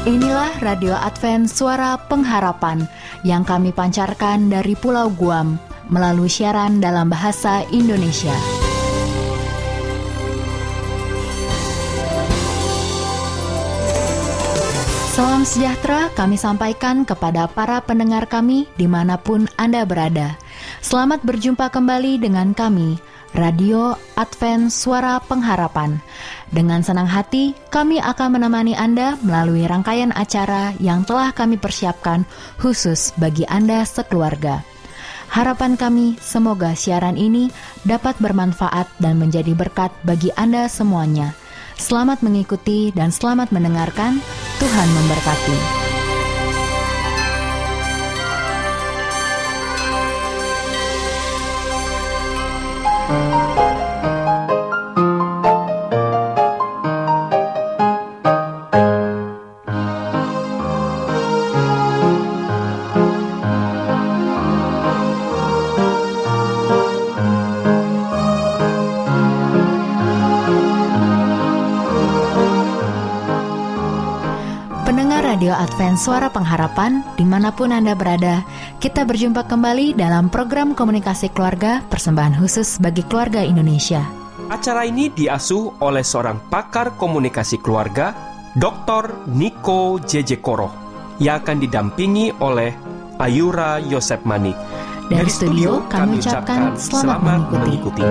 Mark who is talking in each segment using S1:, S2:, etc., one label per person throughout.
S1: Inilah Radio Advent Suara Pengharapan yang kami pancarkan dari Pulau Guam melalui siaran dalam bahasa Indonesia. Salam sejahtera kami sampaikan kepada para pendengar kami dimanapun Anda berada. Selamat berjumpa kembali dengan kami, Radio Advent Suara Pengharapan. Dengan senang hati, kami akan menemani Anda melalui rangkaian acara yang telah kami persiapkan khusus bagi Anda sekeluarga. Harapan kami, semoga siaran ini dapat bermanfaat dan menjadi berkat bagi Anda semuanya. Selamat mengikuti dan selamat mendengarkan. Tuhan memberkati. Radio Advent Suara Pengharapan, dimanapun Anda berada, kita berjumpa kembali dalam program komunikasi keluarga persembahan khusus bagi keluarga Indonesia.
S2: Acara ini diasuh oleh seorang pakar komunikasi keluarga, Dr. Niko J.J. Koroh, yang akan didampingi oleh Ayura Yosep Manik.
S1: Dari studio kami ucapkan selamat mengikuti.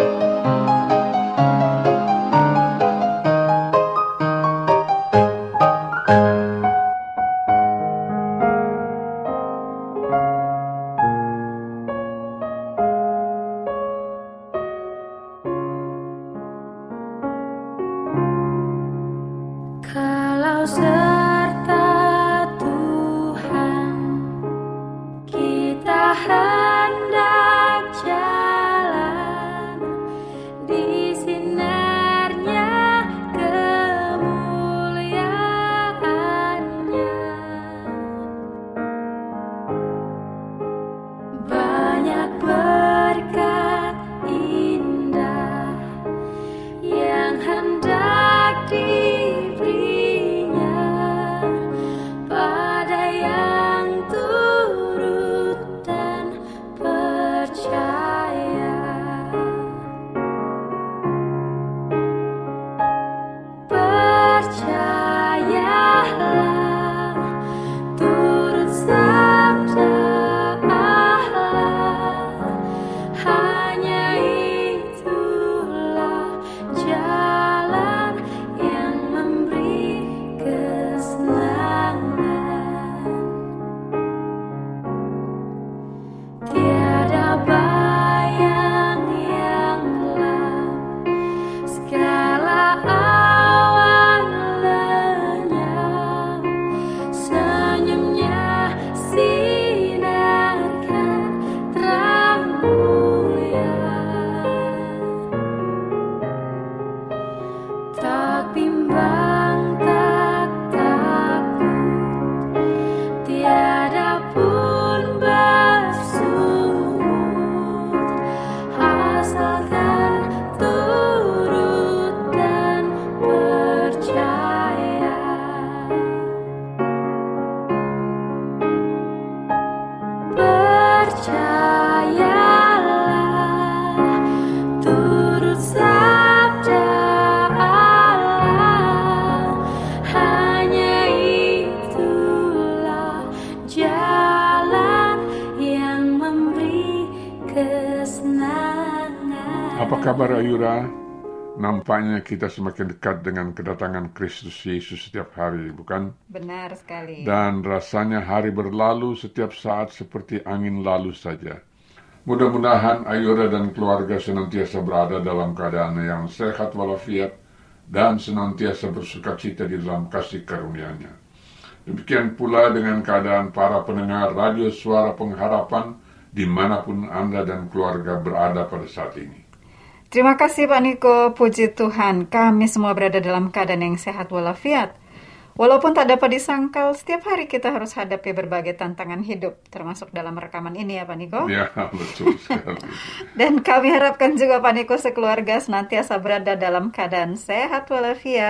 S3: Apa kabar Ayura? Nampaknya kita semakin dekat dengan kedatangan Kristus Yesus setiap hari, bukan?
S4: Benar sekali.
S3: Dan rasanya hari berlalu setiap saat seperti angin lalu saja. Mudah-mudahan Ayura dan keluarga senantiasa berada dalam keadaan yang sehat walafiat dan senantiasa bersukacita di dalam kasih karunia-Nya. Demikian pula dengan keadaan para pendengar Radio Suara Pengharapan dimanapun Anda dan keluarga berada pada saat ini.
S4: Terima kasih Pak Niko, puji Tuhan, kami semua berada dalam keadaan yang sehat walafiat. Walaupun tak dapat disangkal, setiap hari kita harus hadapi berbagai tantangan hidup, termasuk dalam rekaman ini ya Pak Niko.
S3: Ya, betul sekali.
S4: Dan kami harapkan juga Pak Niko sekeluarga senantiasa berada dalam keadaan sehat walafiat,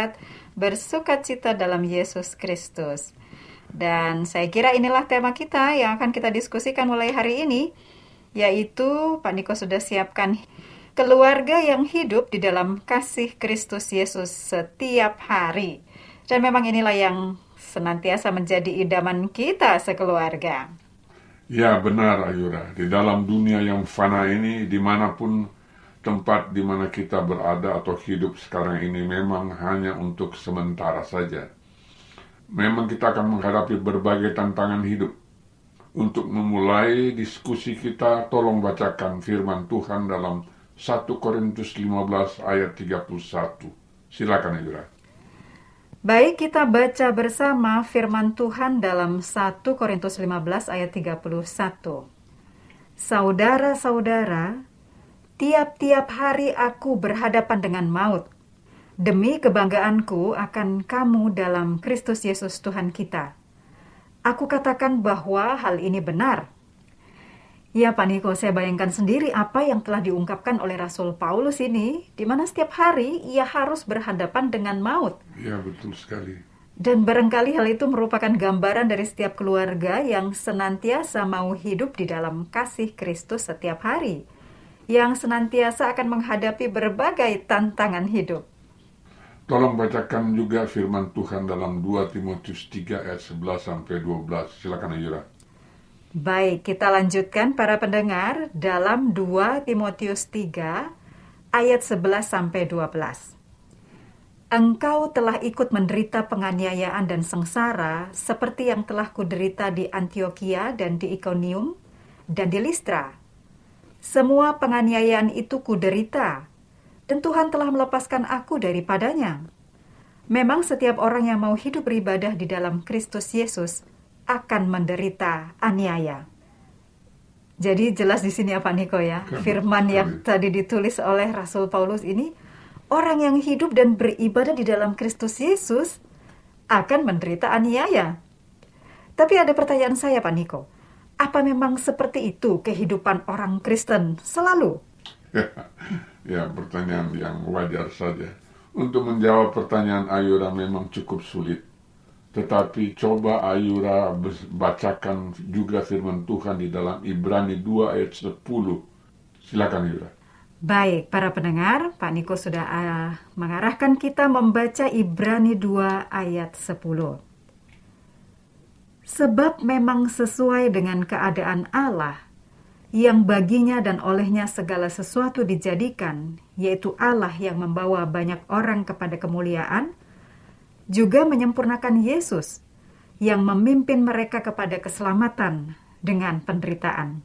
S4: bersukacita dalam Yesus Kristus. Dan saya kira inilah tema kita yang akan kita diskusikan mulai hari ini, yaitu Pak Niko sudah siapkan keluarga yang hidup di dalam kasih Kristus Yesus setiap hari. Dan memang inilah yang senantiasa menjadi idaman kita sekeluarga.
S3: Ya benar Ayura, di dalam dunia yang fana ini, dimanapun tempat di mana kita berada atau hidup sekarang ini memang hanya untuk sementara saja. Memang kita akan menghadapi berbagai tantangan hidup. Untuk memulai diskusi kita, tolong bacakan firman Tuhan dalam 1 Korintus 15 ayat 31. Silakan Ayura.
S4: Baik, kita baca bersama firman Tuhan dalam 1 Korintus 15 ayat 31. Saudara-saudara, tiap-tiap hari aku berhadapan dengan maut, demi kebanggaanku akan kamu dalam Kristus Yesus Tuhan kita. Aku katakan bahwa hal ini benar. Ya Pak Niko, saya bayangkan sendiri apa yang telah diungkapkan oleh Rasul Paulus ini, di mana setiap hari ia harus berhadapan dengan maut.
S3: Ya betul sekali.
S4: Dan barangkali hal itu merupakan gambaran dari setiap keluarga yang senantiasa mau hidup di dalam kasih Kristus setiap hari, yang senantiasa akan menghadapi berbagai tantangan hidup.
S3: Tolong bacakan juga firman Tuhan dalam 2 Timotius 3 ayat 11-12. Silakan Ayura.
S4: Baik, kita lanjutkan para pendengar dalam 2 Timotius 3 ayat 11-12. Engkau telah ikut menderita penganiayaan dan sengsara seperti yang telah kuderita di Antiokhia dan di Ikonium dan di Listra. Semua penganiayaan itu kuderita, dan Tuhan telah melepaskan aku daripadanya. Memang setiap orang yang mau hidup beribadah di dalam Kristus Yesus akan menderita aniaya. Jadi jelas di sini Pak Niko ya, firman yang tadi ditulis oleh Rasul Paulus ini, orang yang hidup dan beribadah di dalam Kristus Yesus akan menderita aniaya. Tapi ada pertanyaan saya Pak Niko, apa memang seperti itu kehidupan orang Kristen selalu?
S3: Ya, pertanyaan yang wajar saja. Untuk menjawab pertanyaan Ayura memang cukup sulit. Tetapi coba Ayura bacakan juga firman Tuhan di dalam Ibrani 2 ayat 10. Silakan Ayura.
S4: Baik, para pendengar, Pak Niko sudah mengarahkan kita membaca Ibrani 2 ayat 10. Sebab memang sesuai dengan keadaan Allah, yang baginya dan olehnya segala sesuatu dijadikan, yaitu Allah yang membawa banyak orang kepada kemuliaan, juga menyempurnakan Yesus yang memimpin mereka kepada keselamatan dengan penderitaan.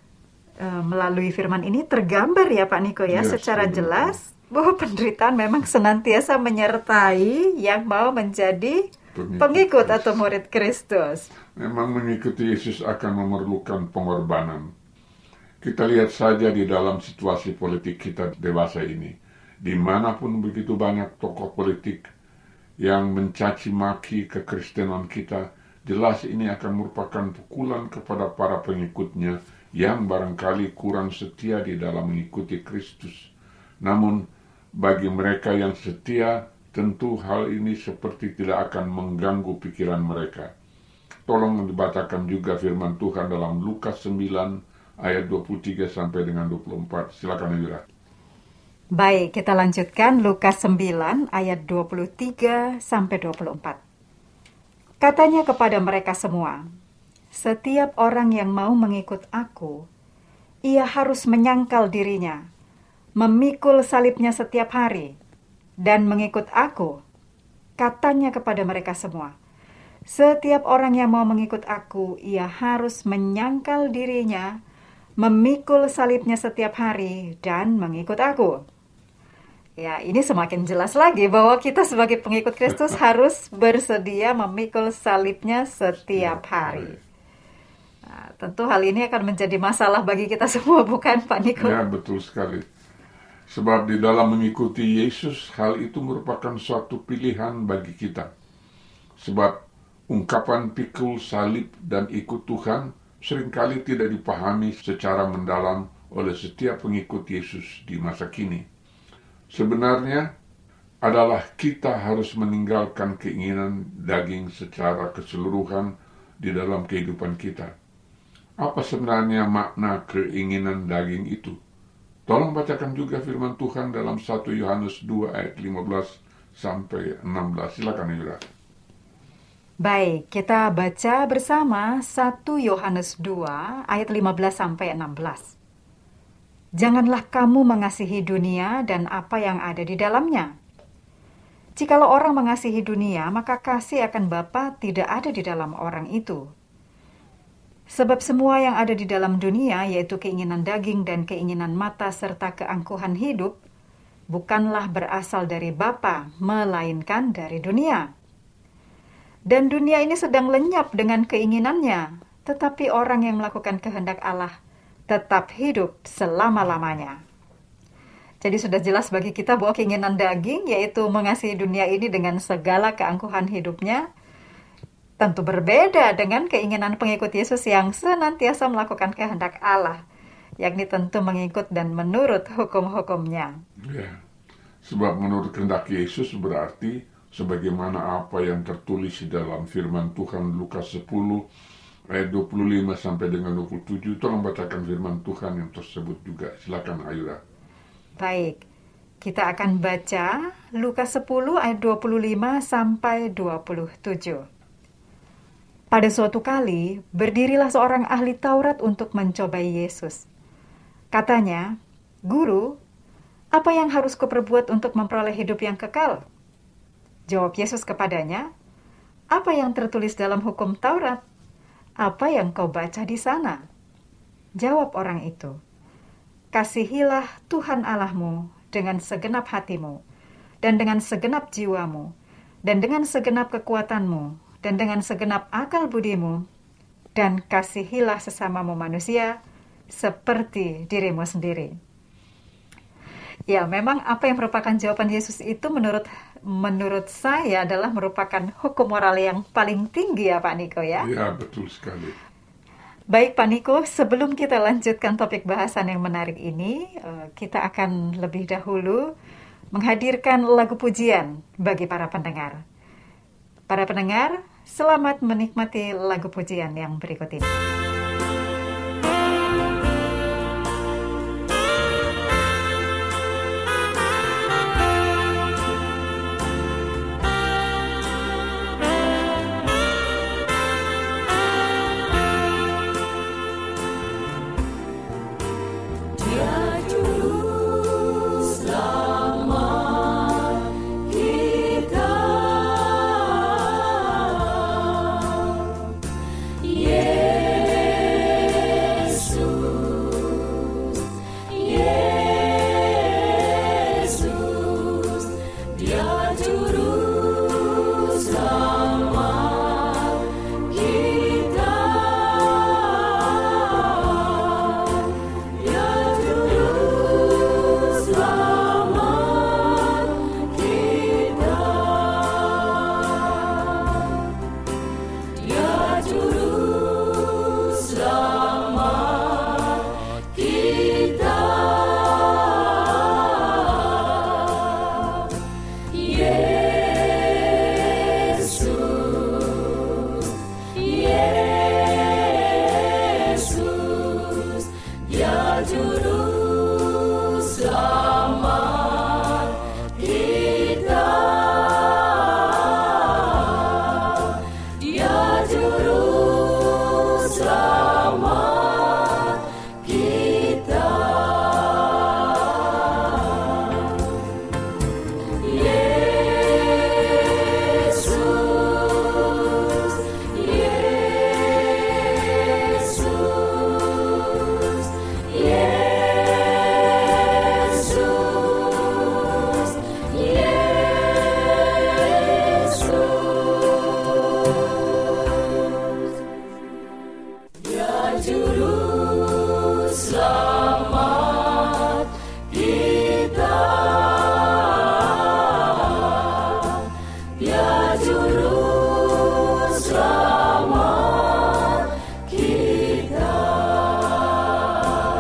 S4: Melalui firman ini tergambar ya Pak Niko ya, secara jelas bahwa penderitaan memang senantiasa menyertai yang mau menjadi pengikut atau murid Kristus.
S3: Memang mengikuti Yesus akan memerlukan pengorbanan. Kita lihat saja di dalam situasi politik kita dewasa ini. Dimanapun begitu banyak tokoh politik yang mencaci maki kekristenan kita, jelas ini akan merupakan pukulan kepada para pengikutnya yang barangkali kurang setia di dalam mengikuti Kristus. Namun, bagi mereka yang setia, tentu hal ini seperti tidak akan mengganggu pikiran mereka. Tolong dibacakan juga firman Tuhan dalam Lukas 9 ayat 23 sampai dengan 24. Silakan Ayura.
S4: Baik, kita lanjutkan Lukas 9 ayat 23 sampai 24. Katanya kepada mereka semua, setiap orang yang mau mengikut aku, ia harus menyangkal dirinya, memikul salibnya setiap hari, dan mengikut aku. Katanya kepada mereka semua, setiap orang yang mau mengikut aku, ia harus menyangkal dirinya, memikul salibnya setiap hari, dan mengikut aku. Ya, ini semakin jelas lagi bahwa kita sebagai pengikut Kristus harus bersedia memikul salibnya setiap hari. Nah, tentu hal ini akan menjadi masalah bagi kita semua, bukan Pak Niko?
S3: Ya, betul sekali. Sebab di dalam mengikuti Yesus, hal itu merupakan suatu pilihan bagi kita. Sebab ungkapan pikul salib dan ikut Tuhan seringkali tidak dipahami secara mendalam oleh setiap pengikut Yesus di masa kini. Sebenarnya, adalah kita harus meninggalkan keinginan daging secara keseluruhan di dalam kehidupan kita. Apa sebenarnya makna keinginan daging itu? Tolong bacakan juga firman Tuhan dalam 1 Yohanes 2 ayat 15 sampai 16. Silakan Yura.
S4: Baik, kita baca bersama 1 Yohanes 2 ayat 15 sampai 16. Janganlah kamu mengasihi dunia dan apa yang ada di dalamnya. Jikalau orang mengasihi dunia, maka kasih akan Bapa tidak ada di dalam orang itu. Sebab semua yang ada di dalam dunia, yaitu keinginan daging dan keinginan mata serta keangkuhan hidup, bukanlah berasal dari Bapa, melainkan dari dunia. Dan dunia ini sedang lenyap dengan keinginannya, tetapi orang yang melakukan kehendak Allah tetap hidup selama-lamanya. Jadi sudah jelas bagi kita bahwa keinginan daging, yaitu mengasihi dunia ini dengan segala keangkuhan hidupnya, tentu berbeda dengan keinginan pengikut Yesus yang senantiasa melakukan kehendak Allah, yakni tentu mengikut dan menurut hukum-hukumnya.
S3: Ya, sebab menurut kehendak Yesus berarti sebagaimana apa yang tertulis di dalam firman Tuhan Lukas 10 ayat 25 sampai dengan 27. Tolong bacakan firman Tuhan yang tersebut juga. Silakan Ayura.
S4: Baik, kita akan baca Lukas 10 ayat 25 sampai 27. Pada suatu kali, berdirilah seorang ahli Taurat untuk mencobai Yesus. Katanya, "Guru, apa yang harus kuperbuat untuk memperoleh hidup yang kekal?" Jawab Yesus kepadanya, "Apa yang tertulis dalam hukum Taurat? Apa yang kau baca di sana?" Jawab orang itu, "Kasihilah Tuhan Allahmu dengan segenap hatimu, dan dengan segenap jiwamu, dan dengan segenap kekuatanmu, dan dengan segenap akal budimu, dan kasihilah sesamamu manusia seperti dirimu sendiri." Ya, memang apa yang merupakan jawaban Yesus itu menurut saya adalah merupakan hukum moral yang paling tinggi ya Pak Niko ya.
S3: Ya, betul sekali.
S4: Baik Pak Niko, sebelum kita lanjutkan topik bahasan yang menarik ini, kita akan lebih dahulu menghadirkan lagu pujian bagi para pendengar. Para pendengar, selamat menikmati lagu pujian yang berikut ini.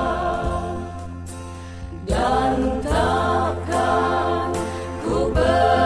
S5: Dan takkan ku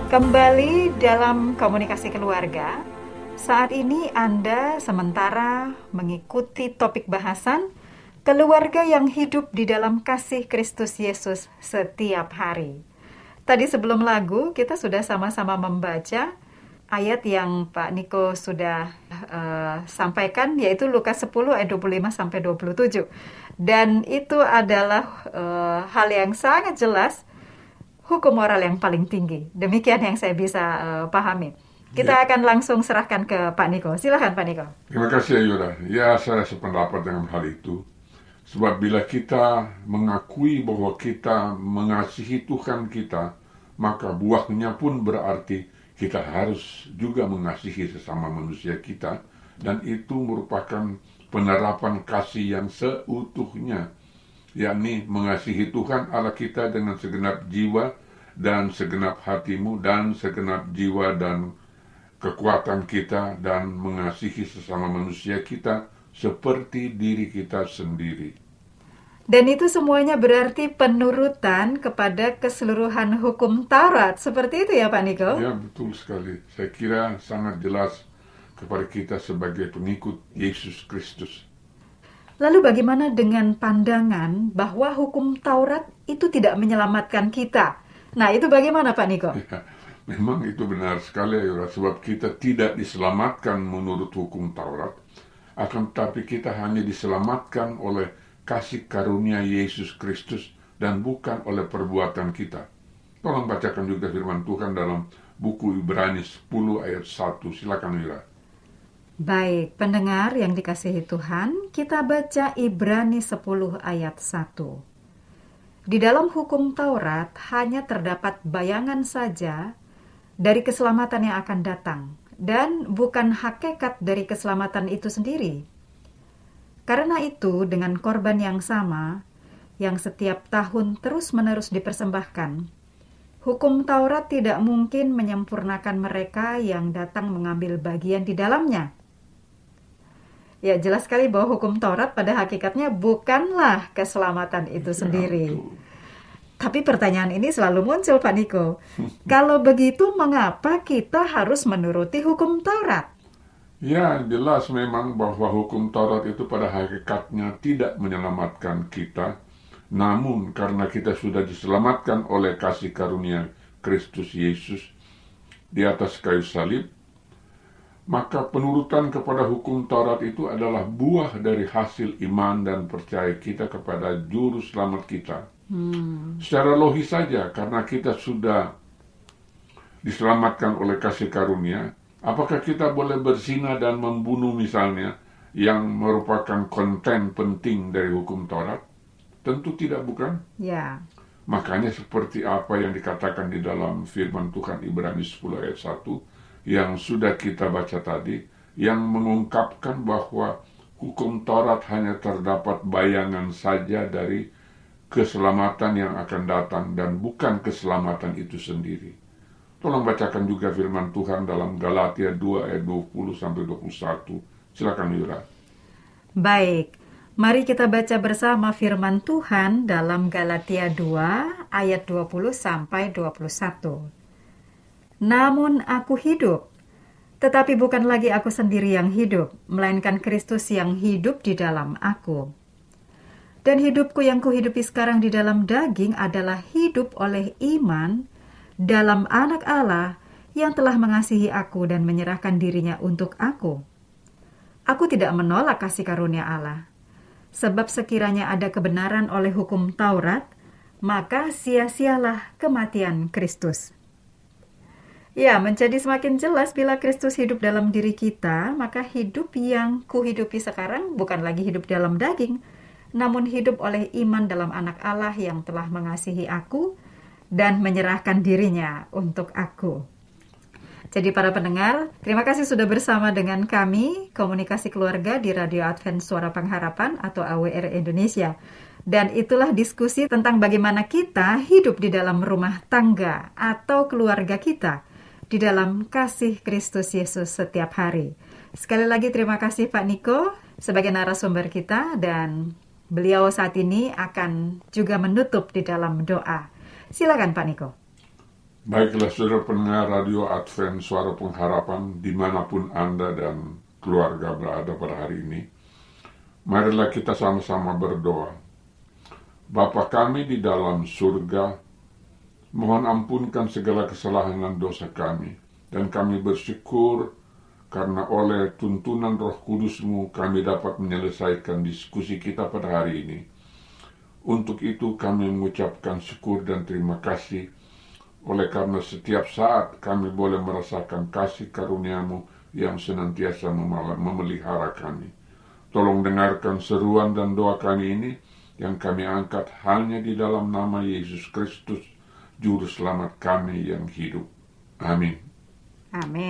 S4: Kembali dalam komunikasi keluarga. Saat ini Anda sementara mengikuti topik bahasan keluarga yang hidup di dalam kasih Kristus Yesus setiap hari. Tadi sebelum lagu kita sudah sama-sama membaca ayat yang Pak Niko sudah sampaikan, yaitu Lukas 10 ayat 25 sampai 27. Dan itu adalah hal yang sangat jelas, hukum moral yang paling tinggi. Demikian yang saya bisa pahami. Kita akan langsung serahkan ke Pak Niko. Silakan Pak Niko.
S3: Terima kasih Ayura. Ya, saya sependapat dengan hal itu. Sebab bila kita mengakui bahwa kita mengasihi Tuhan kita, maka buahnya pun berarti kita harus juga mengasihi sesama manusia kita. Dan itu merupakan penerapan kasih yang seutuhnya, yakni mengasihi Tuhan Allah kita dengan segenap jiwa dan segenap hatimu dan segenap jiwa dan kekuatan kita, dan mengasihi sesama manusia kita seperti diri kita sendiri.
S4: Dan itu semuanya berarti penurutan kepada keseluruhan hukum Taurat. Seperti itu ya Pak Niko?
S3: Ya, betul sekali. Saya kira sangat jelas kepada kita sebagai pengikut Yesus Kristus.
S4: Lalu bagaimana dengan pandangan bahwa hukum Taurat itu tidak menyelamatkan kita? Nah, itu bagaimana Pak Niko?
S3: Ya, memang itu benar sekali, Ayura. Sebab kita tidak diselamatkan menurut hukum Taurat, akan tetapi kita hanya diselamatkan oleh kasih karunia Yesus Kristus dan bukan oleh perbuatan kita. Tolong bacakan juga firman Tuhan dalam buku Ibrani 10 ayat 1. Silakan, Ayura.
S4: Baik, pendengar yang dikasihi Tuhan, kita baca Ibrani 10 ayat 1. Di dalam hukum Taurat hanya terdapat bayangan saja dari keselamatan yang akan datang, dan bukan hakikat dari keselamatan itu sendiri. Karena itu, dengan korban yang sama, yang setiap tahun terus-menerus dipersembahkan, hukum Taurat tidak mungkin menyempurnakan mereka yang datang mengambil bagian di dalamnya. Ya, jelas sekali bahwa hukum Taurat pada hakikatnya bukanlah keselamatan itu sendiri. Tapi pertanyaan ini selalu muncul, Pak Niko. Kalau begitu, mengapa kita harus menuruti hukum Taurat?
S3: Ya, jelas memang bahwa hukum Taurat itu pada hakikatnya tidak menyelamatkan kita. Namun, karena kita sudah diselamatkan oleh kasih karunia Kristus Yesus di atas kayu salib, maka penurutan kepada hukum Taurat itu adalah buah dari hasil iman dan percaya kita kepada juru selamat kita. Secara logis saja, karena kita sudah diselamatkan oleh kasih karunia, apakah kita boleh berzina dan membunuh misalnya, yang merupakan konten penting dari hukum Taurat? Tentu tidak, bukan?
S4: Ya.
S3: Makanya seperti apa yang dikatakan di dalam firman Tuhan Ibrani 10 ayat 1, yang sudah kita baca tadi, yang mengungkapkan bahwa hukum Taurat hanya terdapat bayangan saja dari keselamatan yang akan datang dan bukan keselamatan itu sendiri. Tolong bacakan juga firman Tuhan dalam Galatia 2 ayat 20-21. Silakan, Yura.
S4: Baik, mari kita baca bersama firman Tuhan dalam Galatia 2 ayat 20-21. Namun aku hidup, tetapi bukan lagi aku sendiri yang hidup, melainkan Kristus yang hidup di dalam aku. Dan hidupku yang kuhidupi sekarang di dalam daging adalah hidup oleh iman dalam Anak Allah yang telah mengasihi aku dan menyerahkan dirinya untuk aku. Aku tidak menolak kasih karunia Allah, sebab sekiranya ada kebenaran oleh hukum Taurat, maka sia-sialah kematian Kristus. Ya, menjadi semakin jelas bila Kristus hidup dalam diri kita, maka hidup yang kuhidupi sekarang bukan lagi hidup dalam daging, namun hidup oleh iman dalam Anak Allah yang telah mengasihi aku dan menyerahkan dirinya untuk aku. Jadi para pendengar, terima kasih sudah bersama dengan kami, Komunikasi Keluarga di Radio Advent Suara Pengharapan atau AWR Indonesia. Dan itulah diskusi tentang bagaimana kita hidup di dalam rumah tangga atau keluarga kita di dalam kasih Kristus Yesus setiap hari. Sekali lagi terima kasih Pak Niko sebagai narasumber kita, dan beliau saat ini akan juga menutup di dalam doa. Silakan Pak Niko.
S3: Baiklah saudara pendengar Radio Advent Suara Pengharapan dimanapun Anda dan keluarga berada pada hari ini, marilah kita sama-sama berdoa. Bapa kami di dalam surga, mohon ampunkan segala kesalahan dan dosa kami, dan kami bersyukur karena oleh tuntunan Roh Kudus-Mu kami dapat menyelesaikan diskusi kita pada hari ini. Untuk itu kami mengucapkan syukur dan terima kasih, oleh karena setiap saat kami boleh merasakan kasih karunia-Mu yang senantiasa memelihara kami. Tolong dengarkan seruan dan doa kami ini yang kami angkat hanya di dalam nama Yesus Kristus, Juru Selamat kami yang hidup. Amin.
S4: Amin.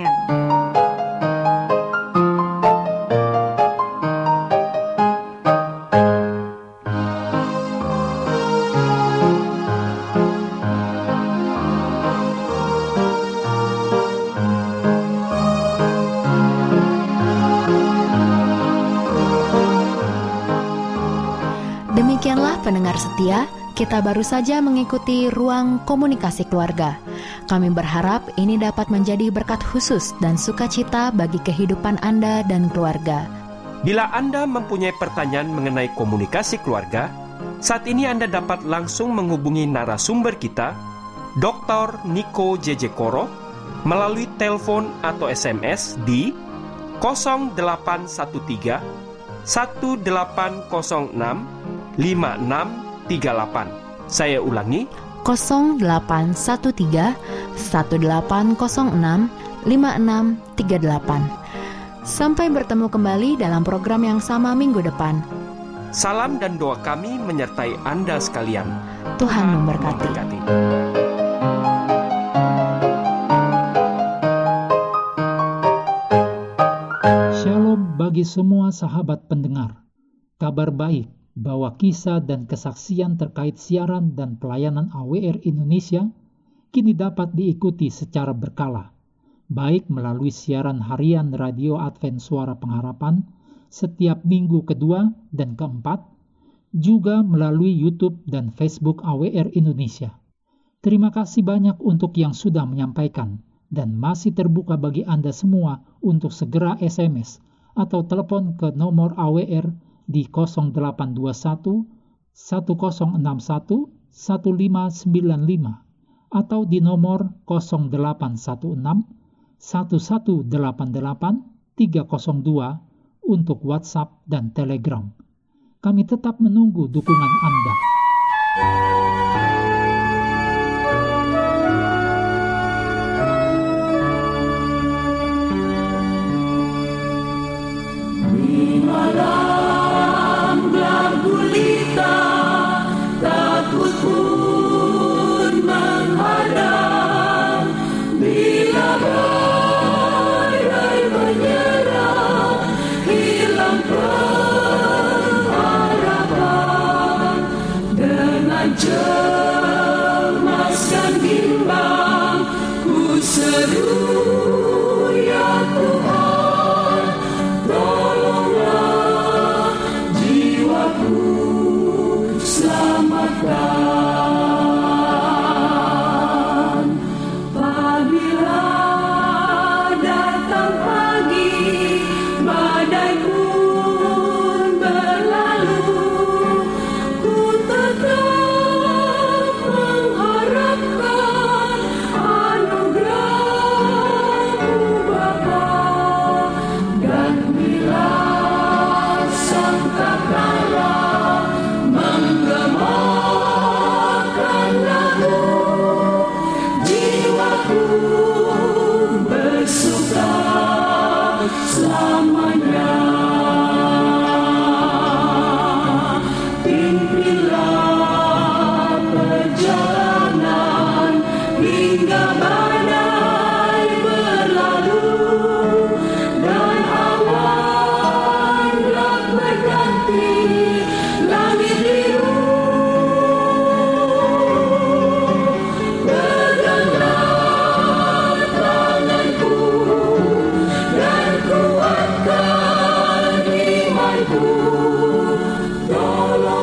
S1: Demikianlah pendengar setia, kita baru saja mengikuti ruang komunikasi keluarga. Kami berharap ini dapat menjadi berkat khusus dan sukacita bagi kehidupan Anda dan keluarga.
S2: Bila Anda mempunyai pertanyaan mengenai komunikasi keluarga, saat ini Anda dapat langsung menghubungi narasumber kita, Dr. Nico Jejekoro, melalui telepon atau SMS di 0813 1806 5638. Saya ulangi,
S1: 0813 1806 5638. Sampai bertemu kembali dalam program yang sama minggu depan.
S2: salam dan doa kami menyertai Anda sekalian.
S1: Tuhan memberkati.
S5: Shalom bagi semua sahabat pendengar. Kabar baik bahwa kisah dan kesaksian terkait siaran dan pelayanan AWR Indonesia kini dapat diikuti secara berkala, baik melalui siaran harian Radio Advent Suara Pengharapan setiap minggu kedua dan keempat, juga melalui YouTube dan Facebook AWR Indonesia. Terima kasih banyak untuk yang sudah menyampaikan dan masih terbuka bagi Anda semua untuk segera SMS atau telepon ke nomor AWR di 0821 1061 1595 atau di nomor 0816 1188 302 untuk WhatsApp dan Telegram. Kami tetap menunggu dukungan Anda.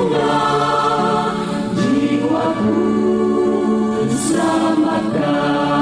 S6: Selamatkan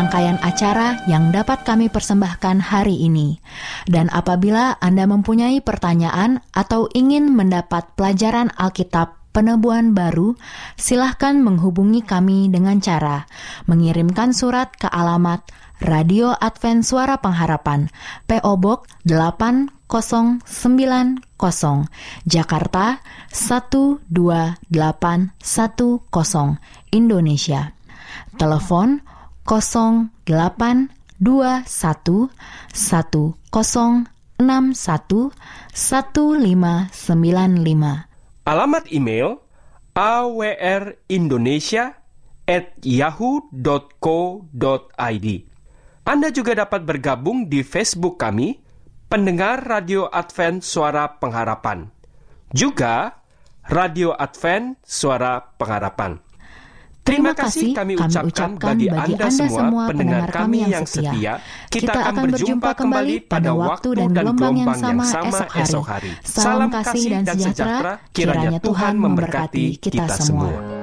S1: rangkaian acara yang dapat kami persembahkan hari ini. Dan apabila Anda mempunyai pertanyaan atau ingin mendapat pelajaran Alkitab Penebuan Baru, silahkan menghubungi kami dengan cara mengirimkan surat ke alamat Radio Advent Suara Pengharapan, P.O. Box 8090, Jakarta 12810, Indonesia. Telepon 082110611595.
S2: Alamat email awrindonesia@yahoo.co.id. Anda juga dapat bergabung di Facebook kami, Pendengar Radio Advent Suara Pengharapan. Juga Radio Advent Suara Pengharapan. Terima kasih kami ucapkan bagi Anda semua pendengar kami yang setia. Kita akan berjumpa kembali pada waktu dan gelombang yang sama esok hari. Salam kasih dan sejahtera, kiranya Tuhan memberkati kita semua.